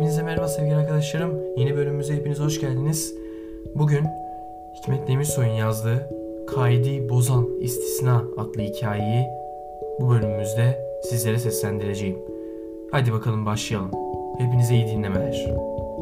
Hepinize merhaba sevgili arkadaşlarım. Yeni bölümümüze hepiniz hoş geldiniz. Bugün Hikmet Demirsoy'un yazdığı Kaydı Bozan İstisna adlı hikayeyi bu bölümümüzde sizlere seslendireceğim. Hadi bakalım başlayalım. Hepinize iyi dinlemeler.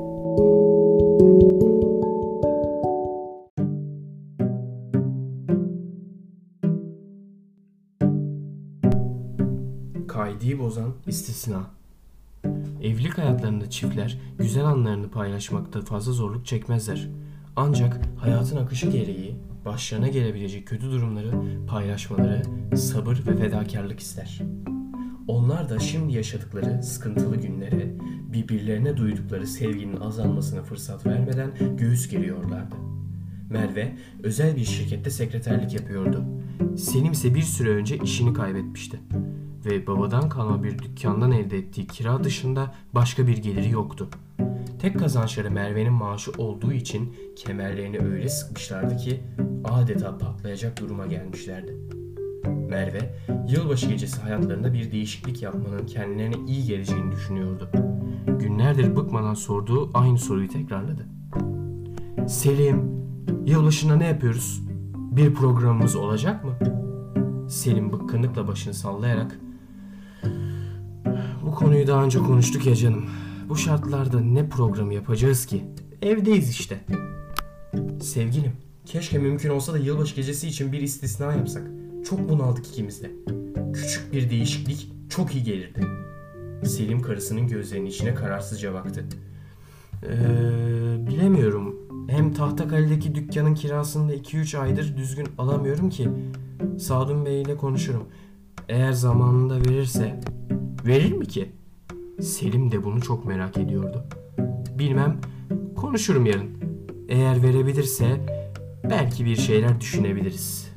Kaydı Bozan İstisna. Evlilik hayatlarında çiftler güzel anlarını paylaşmakta fazla zorluk çekmezler. Ancak hayatın akışı gereği başlarına gelebilecek kötü durumları paylaşmaları sabır ve fedakarlık ister. Onlar da şimdi yaşadıkları sıkıntılı günlere birbirlerine duydukları sevginin azalmasına fırsat vermeden göğüs geriyorlardı. Merve özel bir şirkette sekreterlik yapıyordu. Selim ise bir süre önce işini kaybetmişti. Ve babadan kalma bir dükkandan elde ettiği kira dışında başka bir geliri yoktu. Tek kazançları Merve'nin maaşı olduğu için kemerlerini öyle sıkmışlardı ki adeta patlayacak duruma gelmişlerdi. Merve, yılbaşı gecesi hayatlarında bir değişiklik yapmanın kendilerine iyi geleceğini düşünüyordu. Günlerdir bıkmadan sorduğu aynı soruyu tekrarladı. Selim, yılbaşında ne yapıyoruz? Bir programımız olacak mı? Selim bıkkınlıkla başını sallayarak bu konuyu daha önce konuştuk ya canım. Bu şartlarda ne programı yapacağız ki? Evdeyiz işte. Sevgilim, keşke mümkün olsa da yılbaşı gecesi için bir istisna yapsak. Çok bunaldık ikimiz de. Küçük bir değişiklik çok iyi gelirdi. Selim karısının gözlerinin içine kararsızca baktı. Bilemiyorum. Hem Tahtakale'deki dükkanın kirasını da 2-3 aydır düzgün alamıyorum ki. Sadun Bey ile konuşurum. Eğer zamanında verirse... Verir mi ki? Selim de bunu çok merak ediyordu. Bilmem, konuşurum yarın. Eğer verebilirse belki bir şeyler düşünebiliriz.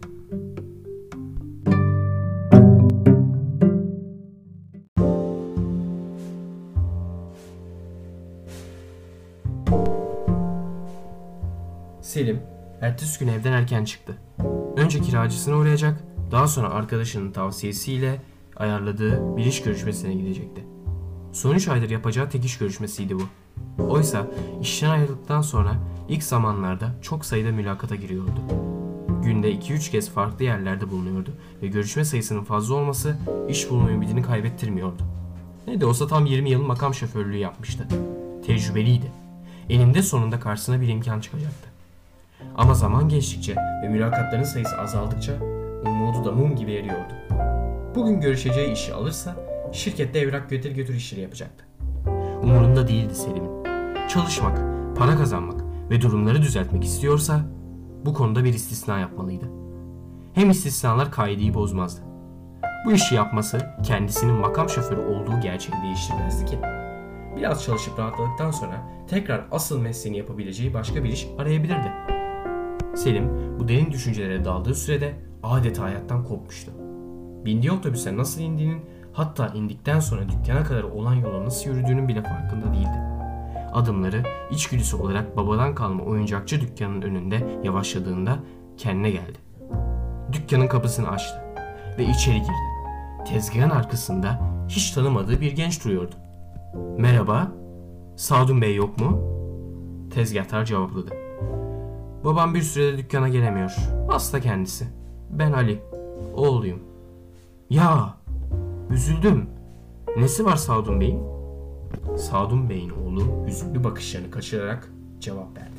Selim, ertesi gün evden erken çıktı. Önce kiracısına uğrayacak, daha sonra arkadaşının tavsiyesiyle ayarladığı bir iş görüşmesine gidecekti. Son 3 aydır yapacağı tek iş görüşmesiydi bu. Oysa işten ayrıldıktan sonra ilk zamanlarda çok sayıda mülakata giriyordu. Günde 2-3 kez farklı yerlerde bulunuyordu ve görüşme sayısının fazla olması iş bulma ümidini kaybettirmiyordu. Ne de olsa tam 20 yıl makam şoförlüğü yapmıştı. Tecrübeliydi. Eninde sonunda karşısına bir imkan çıkacaktı. Ama zaman geçtikçe ve mülakatların sayısı azaldıkça umudu da mum gibi eriyordu. Bugün görüşeceği işi alırsa şirkette evrak götür işleri yapacaktı. Umurunda değildi Selim'in. Çalışmak, para kazanmak ve durumları düzeltmek istiyorsa bu konuda bir istisna yapmalıydı. Hem istisnalar kaideyi bozmazdı. Bu işi yapması kendisinin makam şoförü olduğu gerçeğini değiştirmezdi ki. Biraz çalışıp rahatladıktan sonra tekrar asıl mesleğini yapabileceği başka bir iş arayabilirdi. Selim bu derin düşüncelere daldığı sürede adeta hayattan kopmuştu. Bindiği otobüse nasıl indiğinin, hatta indikten sonra dükkana kadar olan yola nasıl yürüdüğünün bile farkında değildi. Adımları içgüdüsü olarak babadan kalma oyuncakçı dükkanın önünde yavaşladığında kendine geldi. Dükkanın kapısını açtı ve içeri girdi. Tezgahın arkasında hiç tanımadığı bir genç duruyordu. Merhaba, Sadun Bey yok mu? Tezgahtar cevapladı. Babam bir süredir dükkana gelemiyor. Hasta kendisi. Ben Ali, oğluyum. Ya, üzüldüm. Nesi var Sadun Bey'in? Sadun Bey'in oğlu hüzünlü bakışlarını kaçırarak cevap verdi.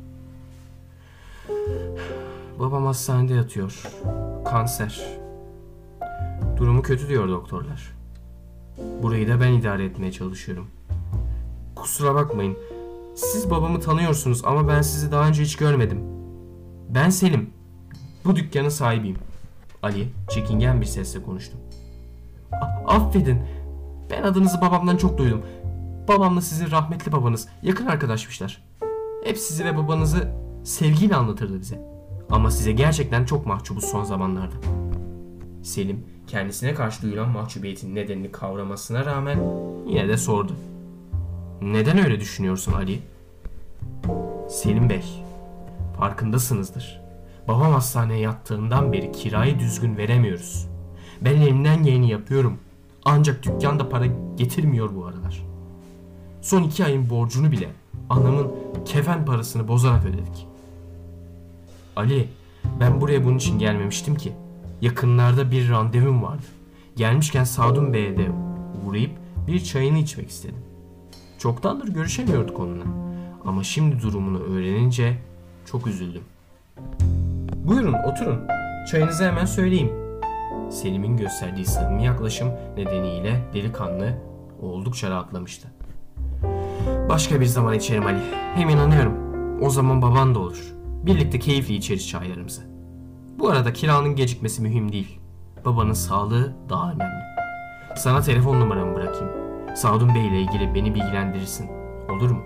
Babam hastanede yatıyor. Kanser. Durumu kötü diyor doktorlar. Burayı da ben idare etmeye çalışıyorum. Kusura bakmayın. Siz babamı tanıyorsunuz ama ben sizi daha önce hiç görmedim. Ben Selim. Bu dükkanın sahibiyim. Ali çekingen bir sesle konuştu. Affedin. Ben adınızı babamdan çok duydum. Babamla sizin rahmetli babanız yakın arkadaşmışlar. Hep sizi ve babanızı sevgiyle anlatırdı bize. Ama size gerçekten çok mahcubuz son zamanlarda. Selim kendisine karşı duyulan mahcubiyetin nedenini kavramasına rağmen yine de sordu. Neden öyle düşünüyorsun Ali? Selim Bey, farkındasınızdır. Babam hastaneye yattığından beri kirayı düzgün veremiyoruz. Ben elimden geleni yapıyorum. Ancak dükkanda para getirmiyor bu aralar. Son 2 ayın borcunu bile anamın kefen parasını bozarak ödedik. Ali, ben buraya bunun için gelmemiştim ki. Yakınlarda bir randevum vardı. Gelmişken Sadun Bey'e de uğrayıp bir çayını içmek istedim. Çoktandır görüşemiyorduk onunla. Ama şimdi durumunu öğrenince çok üzüldüm. Buyurun oturun. Çayınızı hemen söyleyeyim. Selim'in gösterdiği samimi yaklaşım nedeniyle delikanlı oldukça rahatlamıştı. Başka bir zaman içerim Ali. Hem inanıyorum. O zaman baban da olur. Birlikte keyifli içeriz çaylarımızı. Bu arada kiranın gecikmesi mühim değil. Babanın sağlığı daha önemli. Sana telefon numaramı bırakayım. Sadun Bey ile ilgili beni bilgilendirirsin. Olur mu?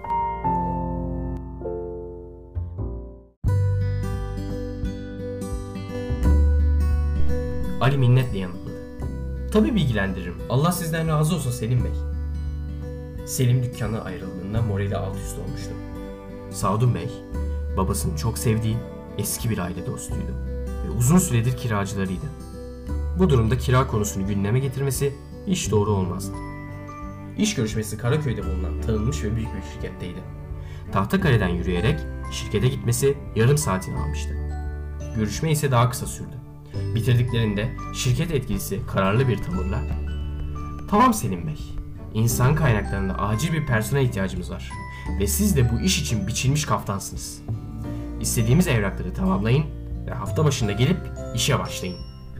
Ali minnetle yanıtladı. Tabii bilgilendiririm. Allah sizden razı olsun Selim Bey. Selim dükkana ayrıldığında morali alt üst olmuştu. Sadun Bey, babasını çok sevdiği eski bir aile dostuydu ve uzun süredir kiracılarıydı. Bu durumda kira konusunu gündeme getirmesi hiç doğru olmazdı. İş görüşmesi Karaköy'de bulunan tanınmış ve büyük bir şirketteydi. Tahtakale'den yürüyerek şirkete gitmesi yarım saatini almıştı. Görüşme ise daha kısa sürdü. Bitirdiklerinde şirket yetkilisi kararlı bir tavırla "Tamam Selim Bey, insan kaynaklarında acil bir personel ihtiyacımız var ve siz de bu iş için biçilmiş kaftansınız. İstediğimiz evrakları tamamlayın ve hafta başında gelip işe başlayın."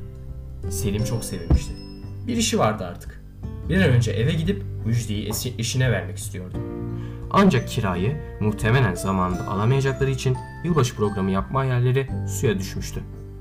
Selim çok sevinmişti. Bir işi vardı artık. Bir an önce eve gidip müjdeyi eşine vermek istiyordu. Ancak kirayı muhtemelen zamanında alamayacakları için yılbaşı programı yapma hayalleri suya düşmüştü.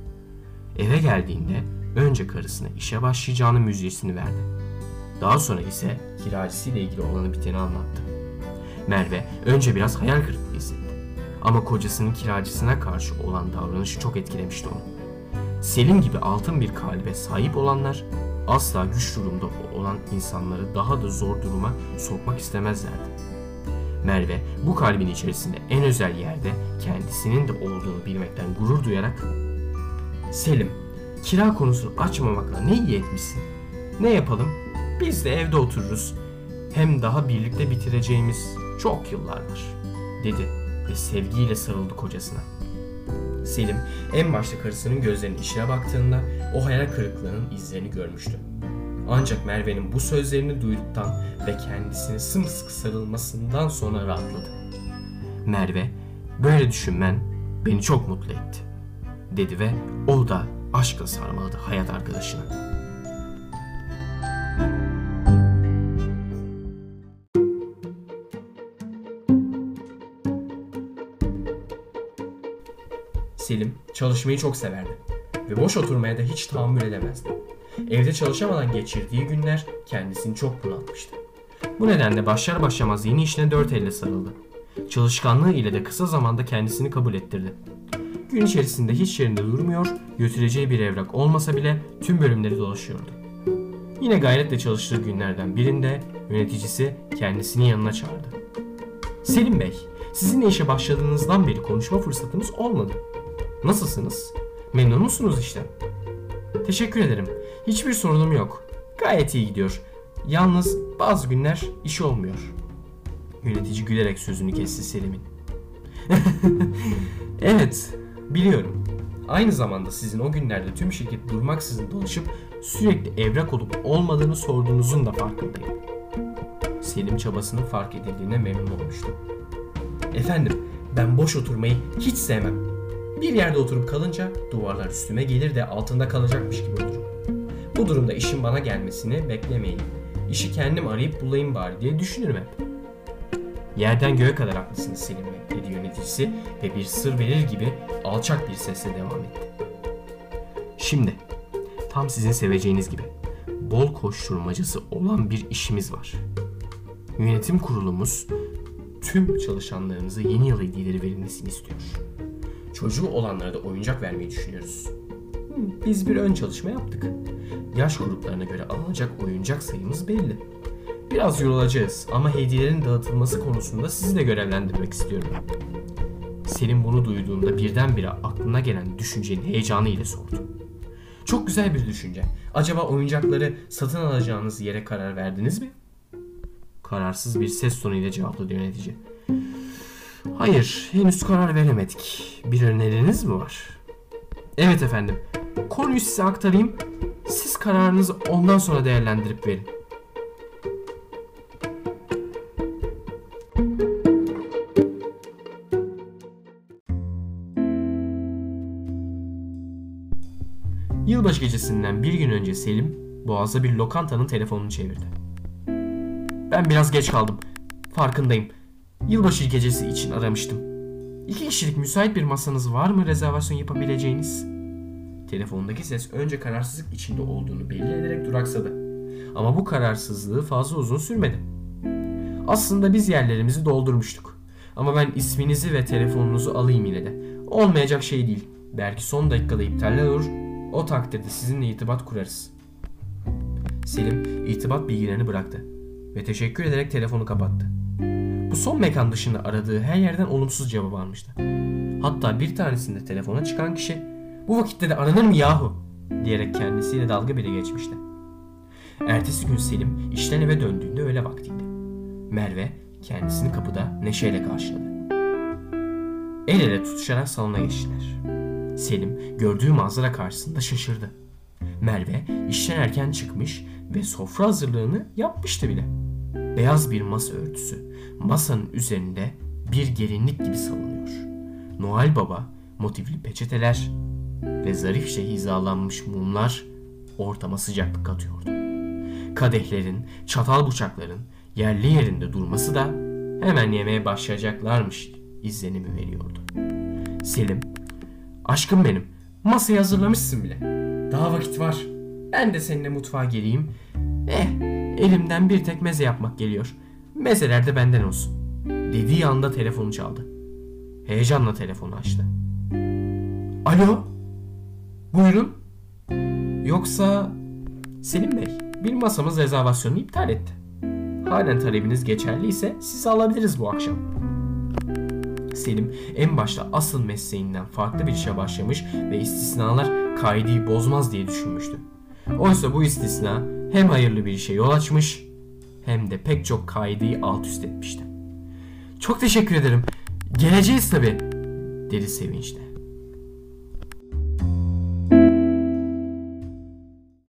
Eve geldiğinde önce karısına işe başlayacağının müjdesini verdi. Daha sonra ise kiracısıyla ilgili olanı biteni anlattı. Merve önce biraz hayal kırıklığı hissetti. Ama kocasının kiracısına karşı olan davranışı çok etkilemişti onu. Selim gibi altın bir kalbe sahip olanlar asla güç durumda olan insanları daha da zor duruma sokmak istemezlerdi. Merve bu kalbin içerisinde en özel yerde kendisinin de olduğunu bilmekten gurur duyarak "Selim, kira konusunu açmamakla ne iyi etmişsin. Ne yapalım? Biz de evde otururuz. Hem daha birlikte bitireceğimiz çok yıllar var," dedi ve sevgiyle sarıldı kocasına. Selim en başta karısının gözlerinin içine baktığında o hayal kırıklığının izlerini görmüştü. Ancak Merve'nin bu sözlerini duyduktan ve kendisine sımsıkı sarılmasından sonra rahatladı. "Merve, böyle düşünmen beni çok mutlu etti," dedi ve o da aşkla sarmaladı hayat arkadaşına. Selim çalışmayı çok severdi ve boş oturmaya da hiç tahammül edemezdi. Evde çalışamadan geçirdiği günler kendisini çok bunaltmıştı. Bu nedenle başlar başlamaz yeni işine dört elle sarıldı. Çalışkanlığı ile de kısa zamanda kendisini kabul ettirdi. Gün içerisinde hiç yerinde durmuyor, götüreceği bir evrak olmasa bile tüm bölümleri dolaşıyordu. Yine gayretle çalıştığı günlerden birinde yöneticisi kendisini yanına çağırdı. "Selim Bey, sizinle işe başladığınızdan beri konuşma fırsatımız olmadı. Nasılsınız? Memnun musunuz işten?" "Teşekkür ederim. Hiçbir sorunum yok. Gayet iyi gidiyor. Yalnız bazı günler iş olmuyor." Yönetici gülerek sözünü kesti Selim'in. "Evet, biliyorum. Aynı zamanda sizin o günlerde tüm şirket durmaksızın dolaşıp sürekli evrak olup olmadığını sorduğunuzun da farkındayım." Selim çabasının fark edildiğine memnun olmuştu. "Efendim, ben boş oturmayı hiç sevmem. Bir yerde oturup kalınca duvarlar üstüme gelir de altında kalacakmış gibi olurum. Bu durumda işin bana gelmesini beklemeyin. İşi kendim arayıp bulayım bari diye düşünürüm hep." "Yerden göğe kadar haklısınız Selim Bey," dedi yöneticisi ve bir sır verir gibi alçak bir sesle devam etti. "Şimdi tam sizin seveceğiniz gibi bol koşturmacası olan bir işimiz var. Yönetim kurulumuz tüm çalışanlarımıza yeni yıl hediyeleri verilmesini istiyor. Çocuğu olanlara da oyuncak vermeyi düşünüyoruz. Biz bir ön çalışma yaptık. Yaş gruplarına göre alınacak oyuncak sayımız belli. Biraz yorulacağız ama hediyelerin dağıtılması konusunda sizi de görevlendirmek istiyorum." Selim bunu duyduğunda birdenbire aklına gelen düşüncenin heyecanı ile sordu. "Çok güzel bir düşünce. Acaba oyuncakları satın alacağınız yere karar verdiniz mi?" Kararsız bir ses tonuyla cevapladı yönetici. Hayır, henüz karar veremedik. Bir öneriniz mi var? Evet efendim. Konuyu size aktarayım. Siz kararınızı ondan sonra değerlendirip verin. Yılbaşı gecesinden bir gün önce Selim, Boğaz'da bir lokantanın telefonunu çevirdi. Ben biraz geç kaldım. Farkındayım. Yılbaşı gecesi için aramıştım. 2 kişilik müsait bir masanız var mı rezervasyon yapabileceğiniz? Telefondaki ses önce kararsızlık içinde olduğunu belli ederek duraksadı. Ama bu kararsızlığı fazla uzun sürmedi. Aslında biz yerlerimizi doldurmuştuk. Ama ben isminizi ve telefonunuzu alayım yine de. Olmayacak şey değil. Belki son dakikada iptaller olur. O takdirde sizinle irtibat kurarız. Selim irtibat bilgilerini bıraktı ve teşekkür ederek telefonu kapattı. Bu son mekan dışında aradığı her yerden olumsuz cevap almıştı. Hatta bir tanesinde telefona çıkan kişi "Bu vakitte de aranır mı yahu?" diyerek kendisiyle dalga bile geçmişti. Ertesi gün Selim işten eve döndüğünde öğle vaktiydi. Merve kendisini kapıda neşeyle karşıladı. El ele tutuşarak salona geçtiler. Selim gördüğü manzara karşısında şaşırdı. Merve işten erken çıkmış ve sofra hazırlığını yapmıştı bile. Beyaz bir masa örtüsü masanın üzerinde bir gelinlik gibi salınıyor. Noel Baba motifli peçeteler ve zarifçe hizalanmış mumlar ortama sıcaklık katıyordu. Kadehlerin, çatal bıçakların yerli yerinde durması da hemen yemeye başlayacaklarmış izlenimi veriyordu. Selim, "Aşkım benim, masayı hazırlamışsın bile. Daha vakit var. Ben de seninle mutfağa geleyim. Elimden bir tek meze yapmak geliyor. Mezeler de benden olsun." dediği anda telefonu çaldı. Heyecanla telefonu açtı. "Alo? Buyurun. Yoksa..." "Selim Bey, bir masamız rezervasyonunu iptal etti. Halen talebiniz geçerliyse sizi alabiliriz bu akşam." Selim en başta asıl mesleğinden farklı bir işe başlamış ve istisnalar kaideyi bozmaz diye düşünmüştü. Oysa bu istisna hem hayırlı bir işe yol açmış hem de pek çok kaideyi alt üst etmişti. "Çok teşekkür ederim. Geleceğiz tabii," dedi sevinçle.